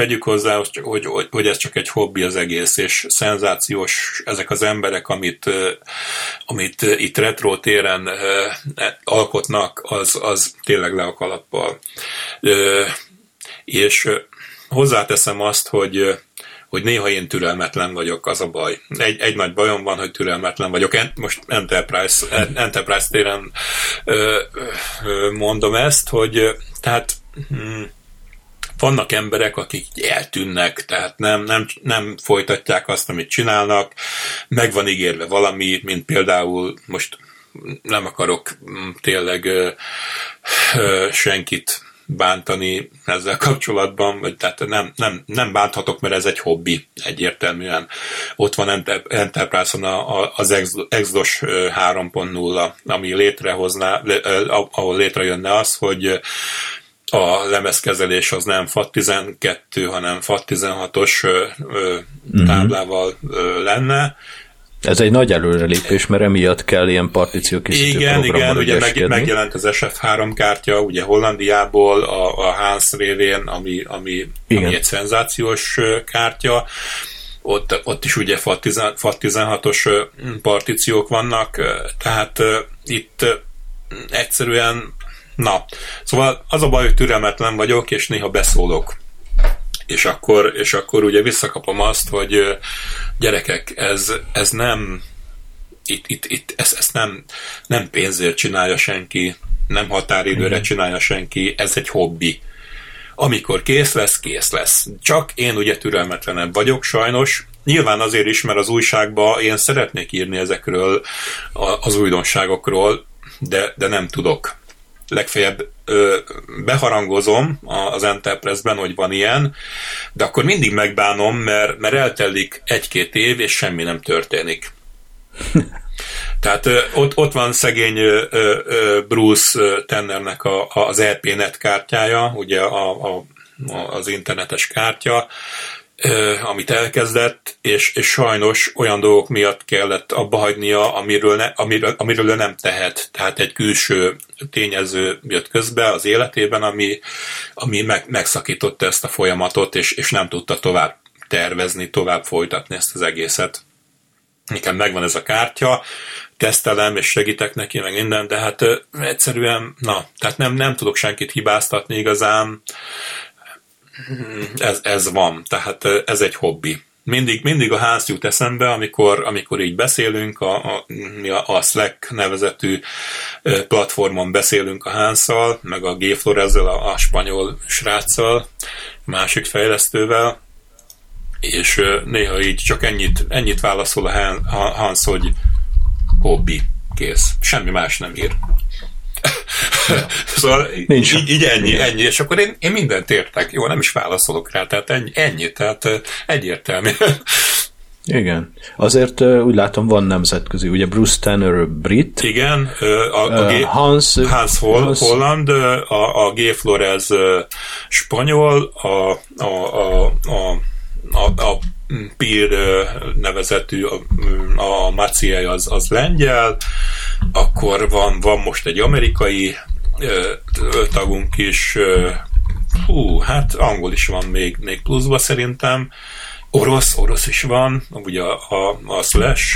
tegyük hozzá, hogy ez csak egy hobbi az egész, és szenzációs ezek az emberek, amit itt retro téren alkotnak, az tényleg le a kalappal. És hozzáteszem azt, hogy néha én türelmetlen vagyok, az a baj. Egy nagy bajom van, hogy türelmetlen vagyok. Most Enterprise téren mondom ezt, hogy tehát vannak emberek, akik eltűnnek, tehát nem folytatják azt, amit csinálnak, meg van ígérve valami, mint például most nem akarok tényleg senkit bántani ezzel kapcsolatban, vagy tehát nem bánthatok, mert ez egy hobbi egyértelműen. Ott van Enterprise-on az Exodus 3.0, ami létrehozná, ahol létrejönne az, hogy a lemezkezelés az nem FAT12, hanem FAT16-os táblával lenne. Ez egy nagy előrelépés, mert emiatt kell ilyen partíciókészítő programmal ügyeskedni. Igen, ugye megjelent az SF3 kártya, ugye Hollandiából, a Hans révén, ami egy szenzációs kártya. Ott is ugye FAT16-os partíciók vannak, tehát itt egyszerűen szóval az a baj, hogy türelmetlen vagyok, és néha beszólok. És akkor ugye visszakapom azt, hogy gyerekek, ez nem ezt nem pénzért csinálja senki, nem határidőre csinálja senki, ez egy hobbi. Amikor kész lesz. Csak én ugye türelmetlenebb vagyok, sajnos. Nyilván azért is, mert az újságban én szeretnék írni ezekről az újdonságokról, de nem tudok. Legfeljebb beharangozom az Enterprise-ben, hogy van ilyen, de akkor mindig megbánom, mert eltelik 1-2 év, és semmi nem történik. Tehát ott van szegény Bruce Tannernek az RP-net kártyája, ugye az internetes kártya, amit elkezdett, és sajnos olyan dolgok miatt kellett abba hagynia, amiről ő nem tehet. Tehát egy külső tényező jött közbe az életében, ami megszakította ezt a folyamatot, és nem tudta tovább tervezni, tovább folytatni ezt az egészet. Nekem megvan ez a kártya, tesztelem, és segítek neki, meg minden, de hát egyszerűen, tehát nem tudok senkit hibáztatni igazán. Ez van, tehát ez egy hobbi. Mindig a Hans jut eszembe, amikor így beszélünk, a Slack nevezetű platformon beszélünk a Hansszal, meg a G. Florezzel, a spanyol sráccal, másik fejlesztővel, és néha így csak ennyit válaszol a Hans, hogy hobbi, kész. Semmi más nem ír. Szóval így ennyi, és akkor én mindent értek. Jó, nem is válaszolok rá, tehát ennyi, tehát egyértelmű. Igen. Azért úgy látom, van nemzetközi, ugye Bruce Tanner brit. Igen, Hans holland, a G. Flores spanyol, a Peer nevezetű, a Maciej az lengyel, akkor van most egy amerikai tagunk is, hát angol is van még pluszba szerintem, orosz is van, ugye a Slash,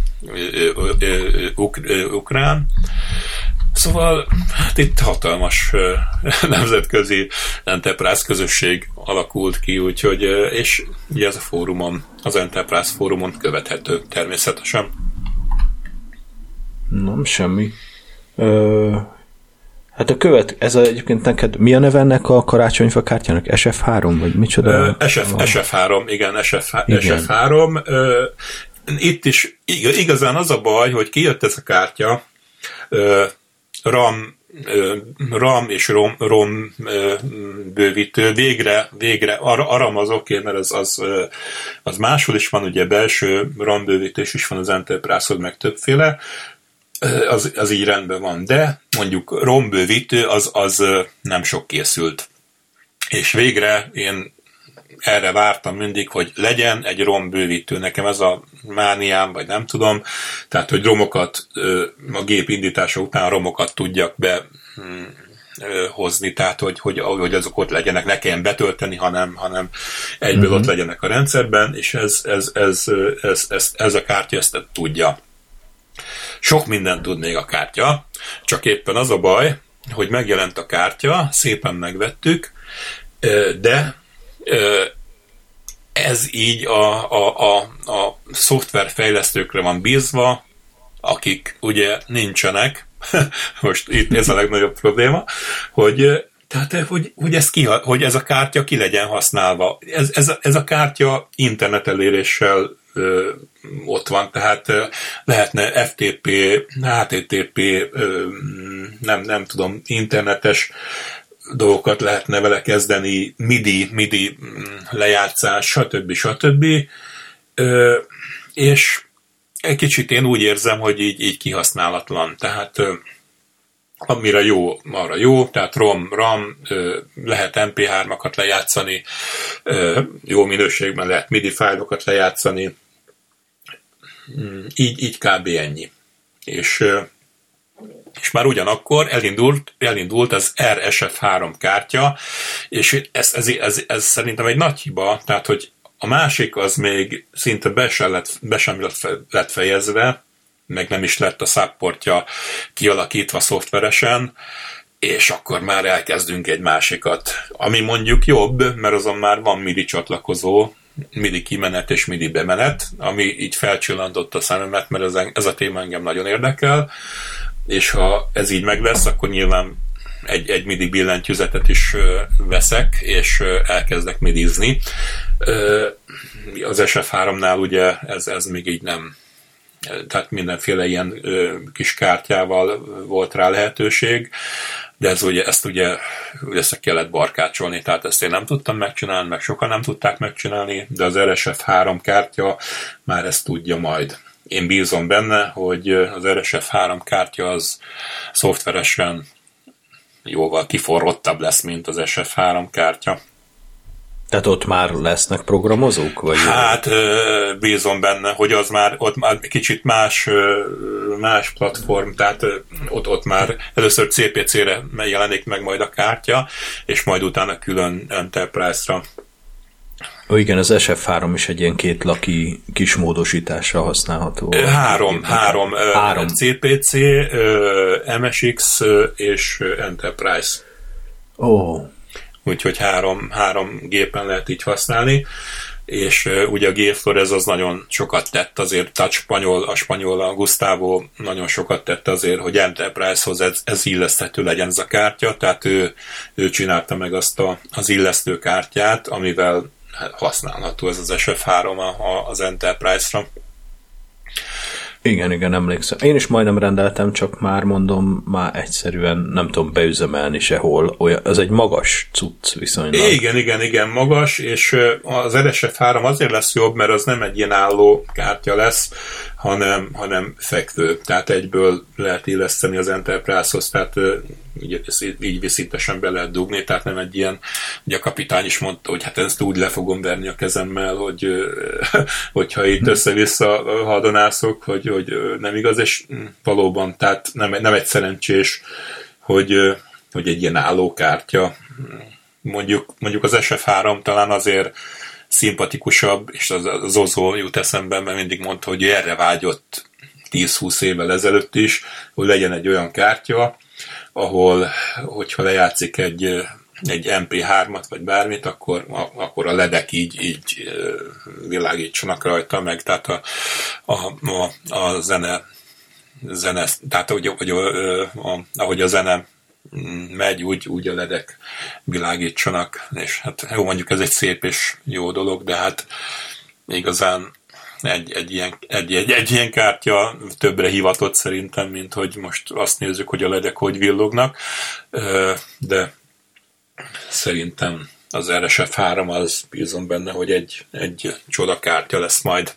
ukrán. Szóval hát itt hatalmas nemzetközi Enterprise közösség alakult ki, úgyhogy, és ugye ez a fórumon, az Enterprise fórumon követhető természetesen. Nem semmi. Hát ez egyébként neked, mi a neve ennek a karácsonyfa kártyának? SF3, vagy micsoda? SF3, igen, SF3. Itt is igazán az a baj, hogy kijött ez a kártya, RAM és ROM bővítő, végre a RAM az oké, mert az máshol is van, ugye belső RAM bővítés is van az Enterprise-hoz, meg többféle, az így rendben van, de mondjuk ROM bővítő az nem sok készült. És végre én erre vártam mindig, hogy legyen egy ROM bővítő. Nekem ez a mániám, vagy nem tudom. Tehát, hogy romokat, a gép indítása után romokat tudjak hozni, tehát hogy azok ott legyenek, ne kelljen betölteni, hanem egyből ott legyenek a rendszerben, és ez a kártya ezt tudja. Sok mindent tud még a kártya, csak éppen az a baj, hogy megjelent a kártya, szépen megvettük, de ez így a szoftverfejlesztőkre van bízva, akik ugye nincsenek, most itt ez a legnagyobb probléma, hogy ez a kártya ki legyen használva. Ez a kártya internet eléréssel ott van, tehát lehetne FTP, HTTP, nem tudom, internetes dolgokat lehetne vele kezdeni, MIDI lejátszás, stb. És egy kicsit én úgy érzem, hogy így kihasználatlan. Tehát amire jó, arra jó, tehát ROM, RAM, lehet MP3-akat lejátszani, jó minőségben lehet MIDI fájlokat lejátszani, így kb. Ennyi. És már ugyanakkor elindult az RSF3 kártya, és ez szerintem egy nagy hiba, tehát hogy a másik az még szinte be sem lett fejezve, meg nem is lett a supportja kialakítva szoftveresen, és akkor már elkezdünk egy másikat, ami mondjuk jobb, mert azon már van MIDI csatlakozó, MIDI kimenet és MIDI bemenet, ami így felcsillantott a szememet, mert ez a téma engem nagyon érdekel, és ha ez így meg lesz, akkor nyilván egy MIDI billentyűzetet is veszek, és elkezdek midizni. Az SF3-nál ugye ez még így nem, tehát mindenféle ilyen kis kártyával volt rá lehetőség, de ezt ugye össze kellett barkácsolni, tehát ezt én nem tudtam megcsinálni, meg sokan nem tudták megcsinálni, de az RSF3 kártya már ezt tudja majd. Én bízom benne, hogy az RSF3 kártya az szoftveresen jóval kiforrottabb lesz, mint az SF3 kártya. Tehát ott már lesznek programozók? Vagy hát bízom benne, hogy ott már kicsit más platform, tehát ott már először CPC-re jelenik meg majd a kártya, és majd utána külön Enterprise-ra. Igen, az SF3 is egy ilyen két laki kis módosításra használható. Három. CPC, MSX és Enterprise. Úgyhogy három gépen lehet így használni, és ugye a G-Flores az nagyon sokat tett azért, a spanyol, a Gustavo nagyon sokat tett azért, hogy Enterprise-hoz ez illeszthető legyen ez a kártya, tehát ő csinálta meg azt az illesztő kártyát, amivel használható ez az SF3 az Enterprise-ra. Igen, emlékszem. Én is majdnem rendeltem, csak már mondom, már egyszerűen nem tudom beüzemelni sehol. Az egy magas cucc viszonylag. Igen, magas, és az RSF3 azért lesz jobb, mert az nem egy ilyen álló kártya lesz, hanem fekvő. Tehát egyből lehet illeszteni az Enterprise-hoz, tehát így viszintesen be lehet dugni, tehát nem egy ilyen, ugye a kapitány is mondta, hogy hát ezt úgy le fogom verni a kezemmel, hogyha itt össze-vissza hadonászok, hogy nem igaz, és valóban, tehát nem egy szerencsés, hogy egy ilyen állókártya. Mondjuk az SF3 talán azért szimpatikusabb, és az Ozó jut eszembe, mert mindig mondta, hogy erre vágyott 10-20 évvel ezelőtt is, hogy legyen egy olyan kártya, ahol, hogyha lejátszik egy MP3-at, vagy bármit, akkor a ledek így világítsanak rajta, meg tehát a zene, tehát ahogy a zene megy, úgy a ledek világítsanak, és hát jó, mondjuk ez egy szép és jó dolog, de hát igazán egy ilyen kártya többre hivatott szerintem, mint hogy most azt nézzük, hogy a ledek hogy villognak, de szerintem az RSF3 az bízom benne, hogy egy csodakártya lesz majd.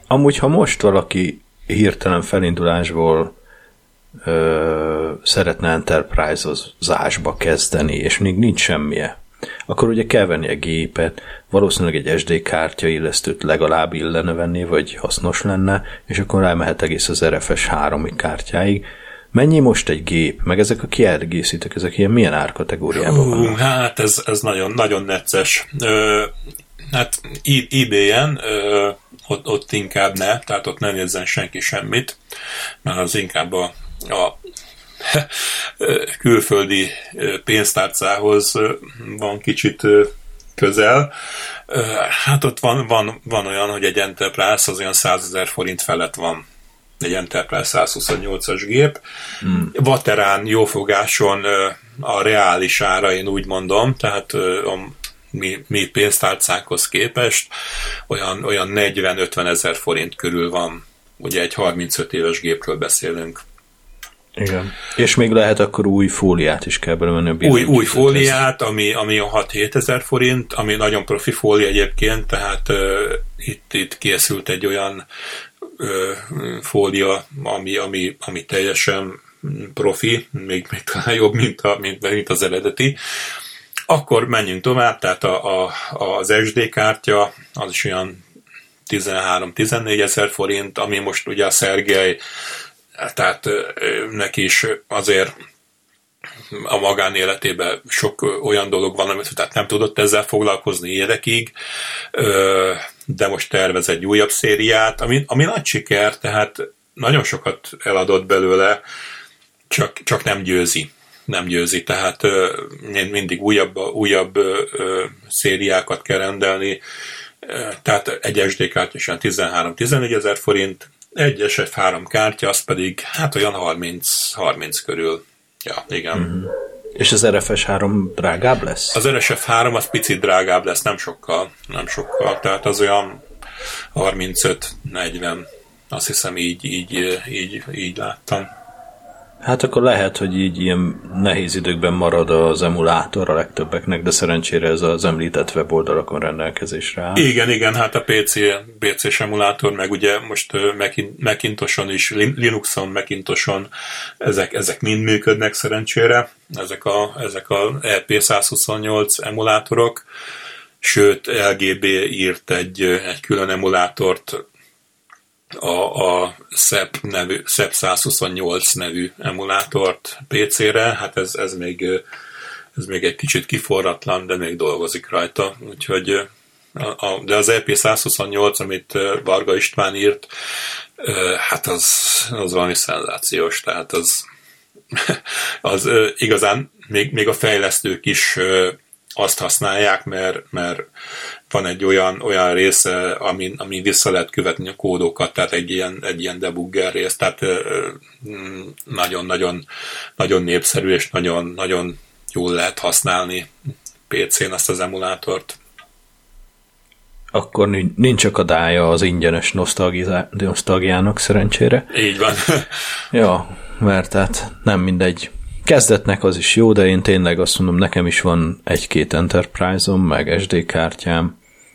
Amúgy, ha most valaki hirtelen felindulásból szeretne Enterprise-ozásba kezdeni, és még nincs semmije, akkor ugye kell venni a gépet, valószínűleg egy SD kártya illesztőt legalább illene venni, vagy hasznos lenne, és akkor rámehet egész az RFS 3 kártyáig. Mennyi most egy gép? Meg ezek a kiegészítők, ezek ilyen milyen árkategóriában vannak? Hát ez nagyon, nagyon necces. Hát eBay-en ott inkább ne, tehát ott nem jegyzen senki semmit, mert az inkább a külföldi pénztárcához van kicsit közel. Hát ott van olyan, hogy egy Enterprise az olyan 100 000 forint felett van. Egy Enterprise 128-as gép. Vaterán jófogáson a reális ára, én úgy mondom, tehát mi pénztárcánkhoz képest olyan 40-50 ezer forint körül van. Ugye egy 35 éves gépről beszélünk. Igen. És még lehet akkor új fóliát is kell belemenni a billentyűzethez. Új fóliát, ami a 6-7 ezer forint, ami nagyon profi fólia egyébként, tehát itt készült egy olyan fólia, ami teljesen profi, még talán jobb, mint az eredeti. Akkor menjünk tovább, tehát az SD kártya, az is olyan 13-14 ezer forint, ami most ugye a Szergej, tehát neki is azért a magánéletében sok olyan dolog van, amit tehát nem tudott ezzel foglalkozni évekig, de most tervez egy újabb szériát, ami nagy siker, tehát nagyon sokat eladott belőle, csak nem győzi, tehát mindig újabb szériákat kell rendelni, tehát egy SD kártya 13-14 ezer forint, egy SF3 kártya, az pedig hát olyan 30 körül. Ja, igen. Mm-hmm. És az RFS 3 drágább lesz? Az RFS 3 az picit drágább lesz, nem sokkal, tehát az olyan 35-40, azt hiszem így láttam. Hát akkor lehet, hogy így ilyen nehéz időkben marad az emulátor a legtöbbeknek, de szerencsére ez az említett weboldalakon rendelkezésre áll. Igen, hát a PC-s emulátor, meg ugye most Macintoson is, Linuxon, Macintoson ezek mind működnek szerencsére, ezek a EP128 emulátorok, sőt LGB írt egy külön emulátort, a SEP 128 nevű emulátort PC-re, hát ez még egy kicsit kiforratlan, de még dolgozik rajta, úgyhogy de az EP128, amit Varga István írt, hát az valami szenzációs, tehát az igazán még a fejlesztők is azt használják, mert van egy olyan része, amin vissza lehet követni a kódokat, tehát egy ilyen debugger rész, tehát nagyon népszerű, és nagyon jól lehet használni PC-n azt az emulátort. Akkor nincs akadálya az ingyenes nosztalgiának szerencsére. Így van. Ja, mert tehát nem mindegy. Kezdetnek az is jó, de én tényleg azt mondom, nekem is van egy-két Enterprise-om, meg SD kártyám,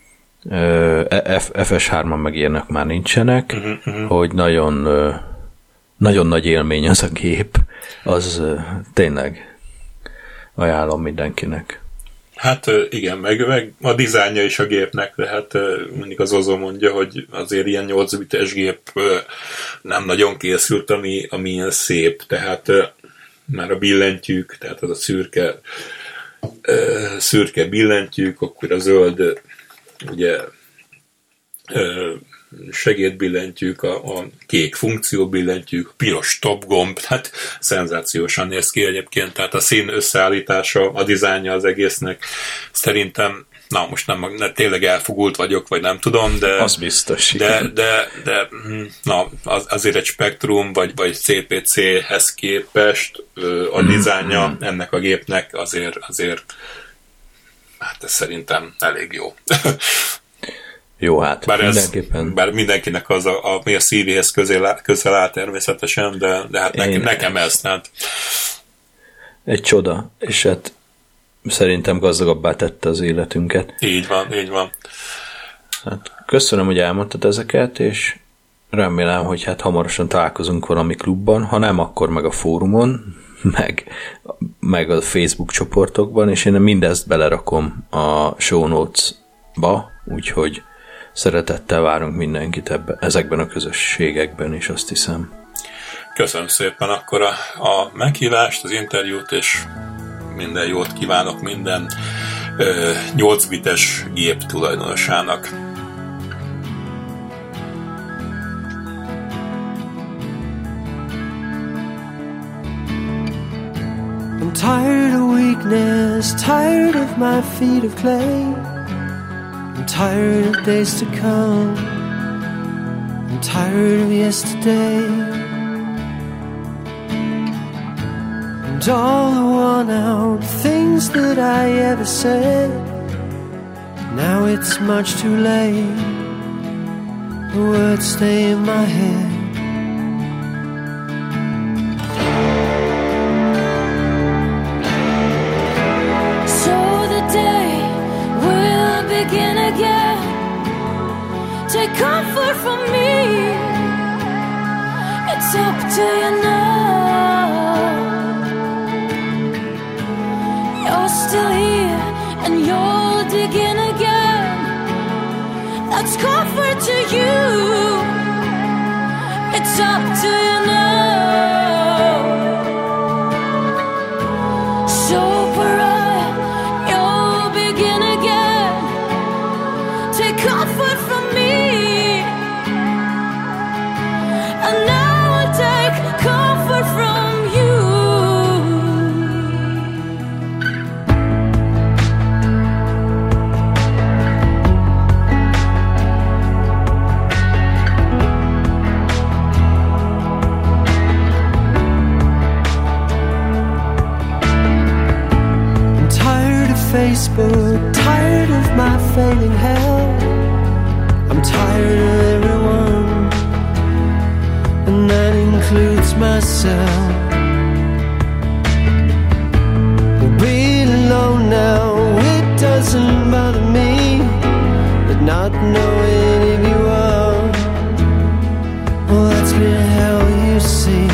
FS3-an meg ilyenek már nincsenek, hogy nagyon nagy élmény az a gép, az tényleg ajánlom mindenkinek. Hát igen, meg a dizájnja is a gépnek, tehát mindig az Ozó mondja, hogy azért ilyen 8 bites gép nem nagyon készült, ami ilyen szép, tehát már a billentyűk, tehát az a szürke billentyűk, akkor a zöld ugye segédbillentyűk, a kék funkcióbillentyűk, a piros top gomb, tehát szenzációsan néz ki egyébként, tehát a szín összeállítása, a dizájnja az egésznek szerintem, na most nem tényleg elfogult vagyok, vagy nem tudom, de az biztos. De na, azért egy Spectrum, vagy CPC-hez képest a dizájnja ennek a gépnek azért hát ez szerintem elég jó. Jó, hát mindenképpen. Bár mindenkinek az ami a szívéhez közel áll természetesen, de hát nekem ez. Hát. Egy csoda, és hát szerintem gazdagabbá tette az életünket. Így van. Hát köszönöm, hogy elmondtad ezeket, és remélem, hogy hát hamarosan találkozunk valami klubban, ha nem, akkor meg a fórumon, meg a Facebook csoportokban, és én mindezt belerakom a show notes-ba, úgyhogy szeretettel várunk mindenkit ezekben a közösségekben, és azt hiszem. Köszönöm szépen akkor a meghívást, az interjút, és minden jót kívánok minden 8 bites gép tulajdonosának. I'm tired of weakness, tired of my feet of clay. I'm tired of days to come, I'm tired of yesterday. And all the worn out things that I ever said, now it's much too late. The words stay in my head. Begin again. Take comfort from me. It's up to you now. You're still here and you're digging again. That's comfort to you. It's up to you now. So pariah, you'll begin again. Take comfort from me, and now I'll take comfort from you. I'm tired of Facebook, tired of my failing health. I'm tired of everyone, and that includes myself. Being alone now, it doesn't bother me, but not knowing if you are, well, that's been hell, you see.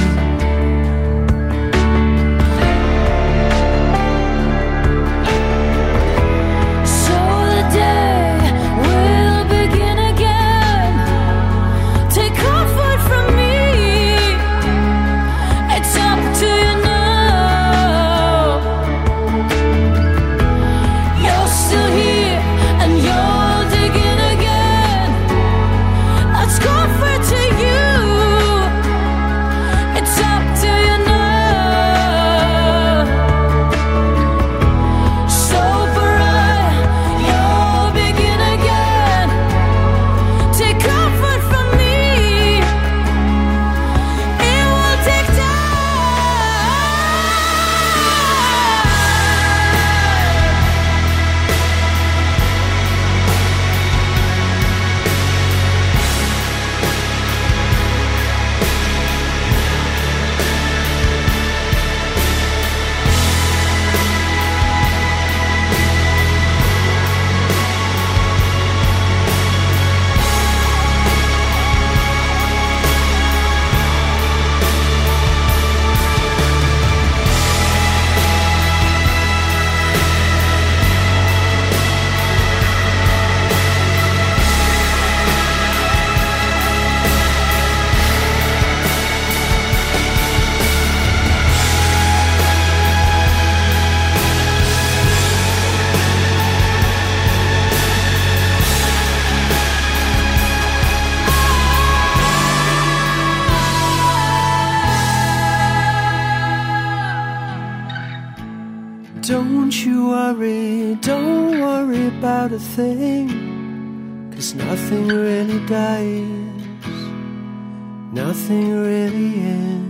Don't worry about a thing, 'cause nothing really dies, nothing really ends.